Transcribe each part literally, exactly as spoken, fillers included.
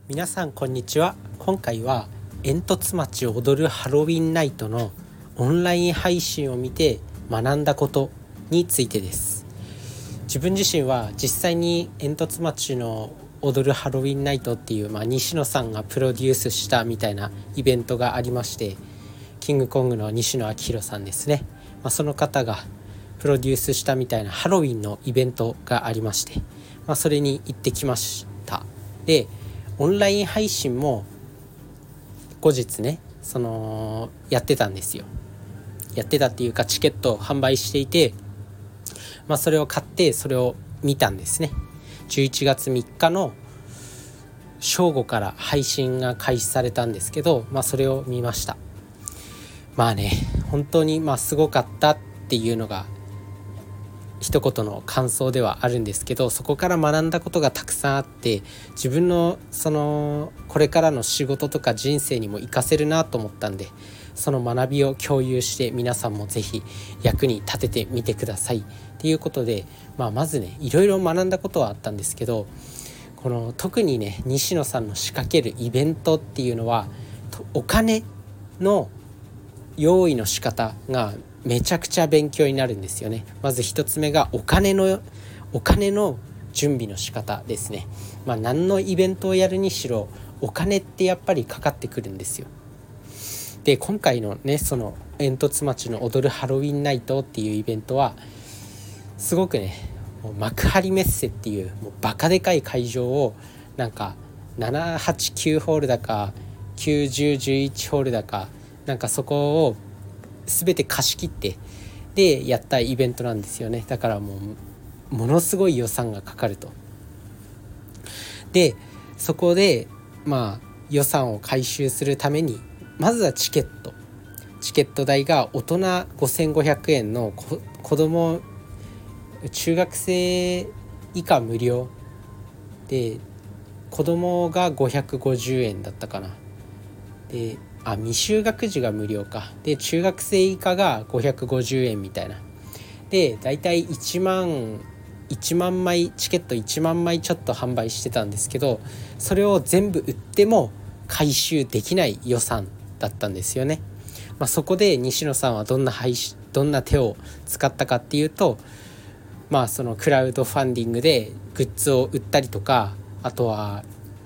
皆さんこんにちは。今回は煙突町踊るハロウィンナイトのオンライン配信を見て学んだことについてです。自分自身は実際に煙突町の踊るハロウィンナイトっていう、まあ、西野さんがプロデュースしたみたいなイベントがありまして、キングコングの西野昭弘さんですね、まあ、その方がプロデュースしたみたいなハロウィンのイベントがありまして、まあ、それに行ってきました。でオンライン配信も後日ねそのやってたんですよ。やってたっていうかチケットを販売していて、まあ、それを買ってそれを見たんですね。じゅういちがつみっかの正午から配信が開始されたんですけど、まあ、それを見ました。まあね本当にまあすごかったっていうのが一言の感想ではあるんですけど、そこから学んだことがたくさんあって、自分のそのこれからの仕事とか人生にも活かせるなと思ったんで、その学びを共有して皆さんもぜひ役に立ててみてくださいっていうことで、まあ、まずねいろいろ学んだことはあったんですけど、この特にね西野さんの仕掛けるイベントっていうのはお金の用意の仕方がめちゃくちゃ勉強になるんですよね。まず一つ目がお金のお金の準備の仕方ですね。まあ何のイベントをやるにしろお金ってやっぱりかかってくるんですよ。で今回のねその煙突町の踊るハロウィンナイトっていうイベントはすごくねもう幕張メッセっていうもうバカでかい会場をなんかなな、はち、きゅうホールだかきゅう、じゅう、じゅういちホールだかなんかそこを全て貸し切ってでやったイベントなんですよね。だからもうものすごい予算がかかると。でそこでまあ予算を回収するためにまずはチケットチケット代が大人ごせんごひゃくえんのこ子供中学生以下無料で、子供がごひゃくごじゅうえんだったかな。であ未就学児が無料か。で中学生以下がごひゃくごじゅうえんみたいな。でだいたいいちまんいちまんまいチケットいちまんまいちょっと販売してたんですけど、それを全部売っても回収できない予算だったんですよね。まあ、そこで西野さんはどんな配信どんな手を使ったかっていうと、まあそのクラウドファンディングでグッズを売ったりとか、あとは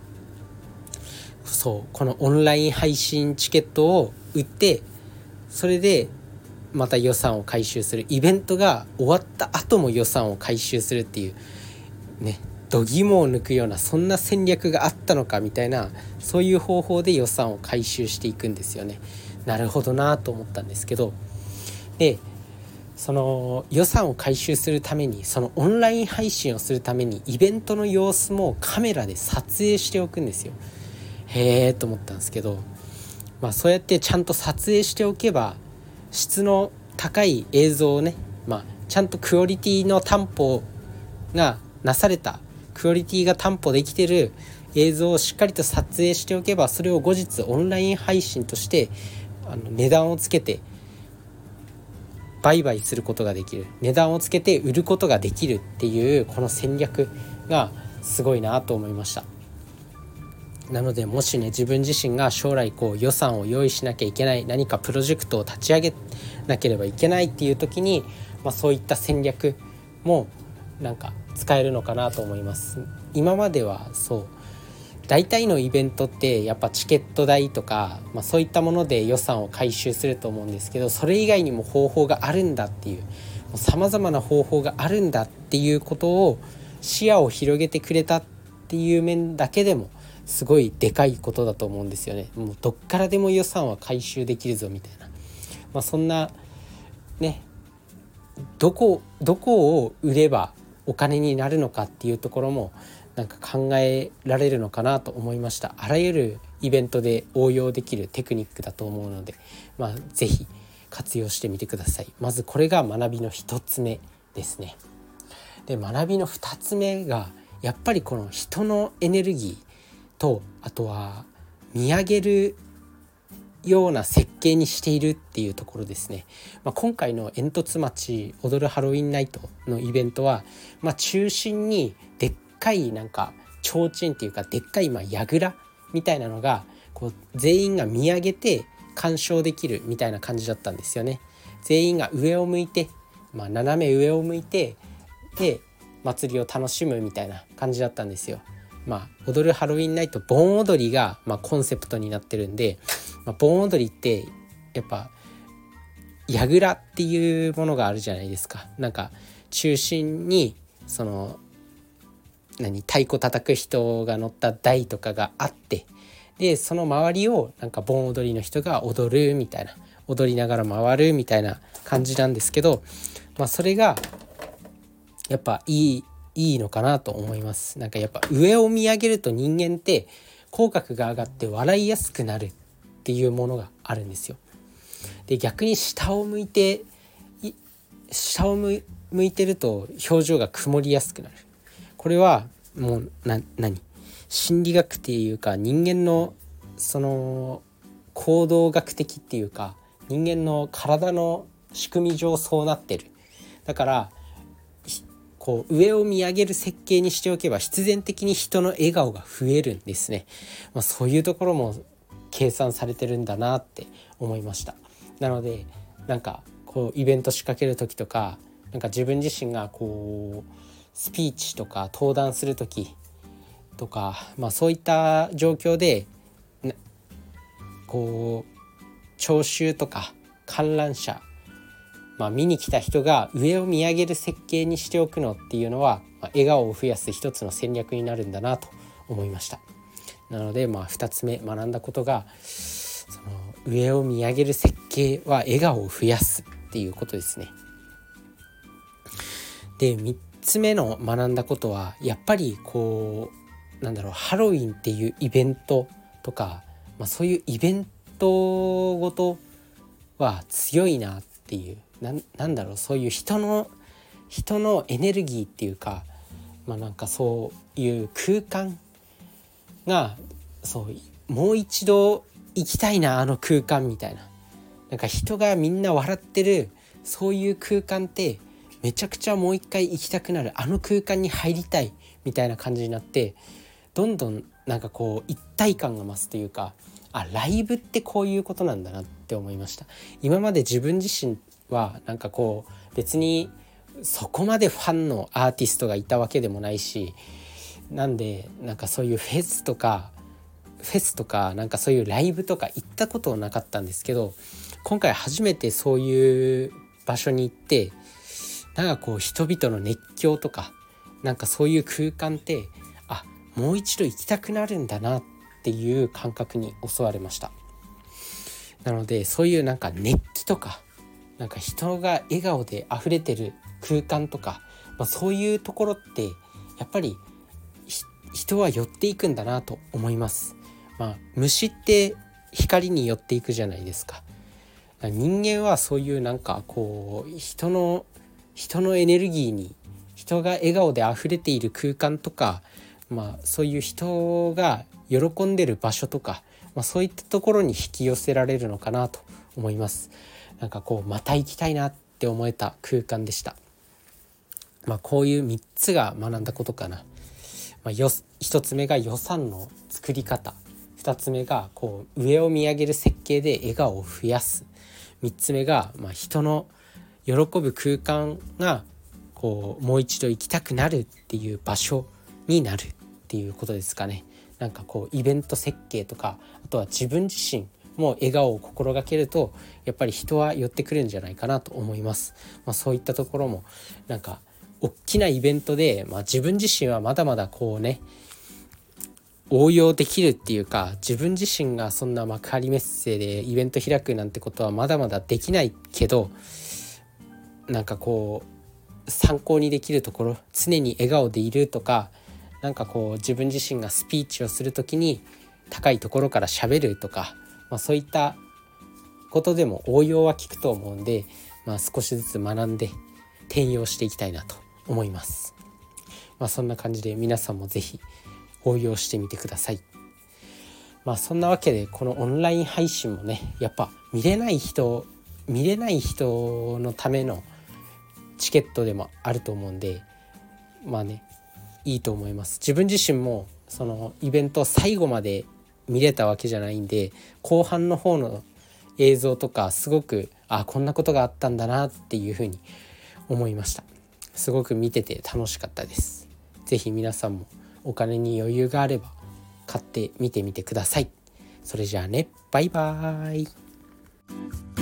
そうこのオンライン配信チケットを売ってそれでまた予算を回収する、イベントが終わった後も予算を回収するっていうね、度肝を抜くようなそんな戦略があったのかみたいな、そういう方法で予算を回収していくんですよね。なるほどなと思ったんですけど、でその予算を回収するためにそのオンライン配信をするためにイベントの様子もカメラで撮影しておくんですよ。へーと思ったんですけど、まあ、そうやってちゃんと撮影しておけば質の高い映像をね、まあ、ちゃんとクオリティの担保がなされたクオリティが担保できてる映像をしっかりと撮影しておけば、それを後日オンライン配信としてあの値段をつけて売買することができる、値段をつけて売ることができるっていうこの戦略がすごいなと思いました。なのでもしね自分自身が将来こう予算を用意しなきゃいけない、何かプロジェクトを立ち上げなければいけないっていう時に、まあ、そういった戦略もなんか使えるのかなと思います。今まではそう大体のイベントってやっぱチケット代とか、まあ、そういったもので予算を回収すると思うんですけど、それ以外にも方法があるんだっていうさまざまな方法があるんだっていうことを視野を広げてくれたっていう面だけでもすごいでかいことだと思うんですよね。もうどっからでも予算は回収できるぞみたいな、まあ、そんなねどこどこを売ればお金になるのかっていうところもなんか考えられるのかなと思いました。あらゆるイベントで応用できるテクニックだと思うので、まあ、ぜひ活用してみてください。まずこれが学びの一つ目ですね。で学びの二つ目がやっぱりこの人のエネルギーと、あとは見上げるような設計にしているっていうところですね。まあ、今回の煙突町踊るハロウィンナイトのイベントは、まあ、中心にでっかいなんか提灯っていうかでっかいまあ櫓みたいなのがこう全員が見上げて鑑賞できるみたいな感じだったんですよね。全員が上を向いて、まあ、斜め上を向いてで祭りを楽しむみたいな感じだったんですよ。まあ、踊るハロウィンナイト盆踊りがまあコンセプトになってるんで、まあ、盆踊りってやっぱ櫓っていうものがあるじゃないですか。なんか中心にその何太鼓叩く人が乗った台とかがあって、でその周りをなんか盆踊りの人が踊るみたいな、踊りながら回るみたいな感じなんですけど、まあ、それがやっぱいいいいのかなと思います。なんかやっぱ上を見上げると人間って口角が上がって笑いやすくなるっていうものがあるんですよ。で逆に下を向いて下を向いてると表情が曇りやすくなる。これはもうな何心理学っていうか人間のその行動学的っていうか人間の体の仕組み上そうなってる。だからこう上を見上げる設計にしておけば必然的に人の笑顔が増えるんですね。まあ、そういうところも計算されてるんだなって思いました。なのでなんかこうイベント仕掛ける時とか、なんか自分自身がこうスピーチとか登壇する時とか、まあ、そういった状況でこう聴衆とか観覧車、まあ、見に来た人が上を見上げる設計にしておくのっていうのは、まあ、笑顔を増やす一つの戦略になるんだなと思いました。なのでまあふたつめ学んだことが、その上を見上げる設計は笑顔を増やすっていうことですね。でみっつめの学んだことはやっぱりこうなんだろうハロウィンっていうイベントとか、まあ、そういうイベントごとは強いなっていう、な, なんだろうそういう人の人のエネルギーっていうか、まあ、なんかそういう空間がそうもう一度行きたいなあの空間みたいな、なんか人がみんな笑ってるそういう空間ってめちゃくちゃもう一回行きたくなる、あの空間に入りたいみたいな感じになって、どんどんなんかこう一体感が増すというか、あライブってこういうことなんだなって思いました。今まで自分自身はなんかこう別にそこまでファンのアーティストがいたわけでもないし、なんでなんかそういうフェスとかフェスとかなんかそういうライブとか行ったことなかったんですけど、今回初めてそういう場所に行って、なんかこう人々の熱狂とかなんかそういう空間ってあもう一度行きたくなるんだなっていう感覚に襲われました。なのでそういうなんか熱気とかなんか人が笑顔で溢れてる空間とか、まあ、そういうところってやっぱり人は寄っていくんだなと思います。まあ、虫って光に寄っていくじゃないですか。人間はそういうなんかこう人の人のエネルギーに、人が笑顔で溢れている空間とか、まあ、そういう人が喜んでる場所とか、まあ、そういったところに引き寄せられるのかなと思います。なんかこうまた行きたいなって思えた空間でした。まあ、こういうみっつが学んだことかな。まあ、よひとつめが予算の作り方、ふたつめがこう上を見上げる設計で笑顔を増やす、みっつめがまあ人の喜ぶ空間がこうもう一度行きたくなるっていう場所になるっていうことですかね。なんかこうイベント設計とか、あとは自分自身も笑顔を心がけるとやっぱり人は寄ってくるんじゃないかなと思います。まあ、そういったところもなんか大きなイベントで、まあ、自分自身はまだまだこうね応用できるっていうか、自分自身がそんな幕張メッセでイベント開くなんてことはまだまだできないけど、なんかこう参考にできるところ、常に笑顔でいるとか、なんかこう自分自身がスピーチをするときに高いところから喋るとか、まあ、そういったことでも応用は効くと思うんで、まあ、少しずつ学んで転用していきたいなと思います。まあ、そんな感じで皆さんもぜひ応用してみてください。まあそんなわけでこのオンライン配信もね、やっぱ見れない人見れない人のためのチケットでもあると思うんで、まあねいいと思います。自分自身もそのイベントを最後まで見れたわけじゃないんで、後半の方の映像とかすごくあこんなことがあったんだなっていうふうに思いました。すごく見てて楽しかったです。ぜひ皆さんもお金に余裕があれば買って見てみてください。それじゃあね、バイバーイ。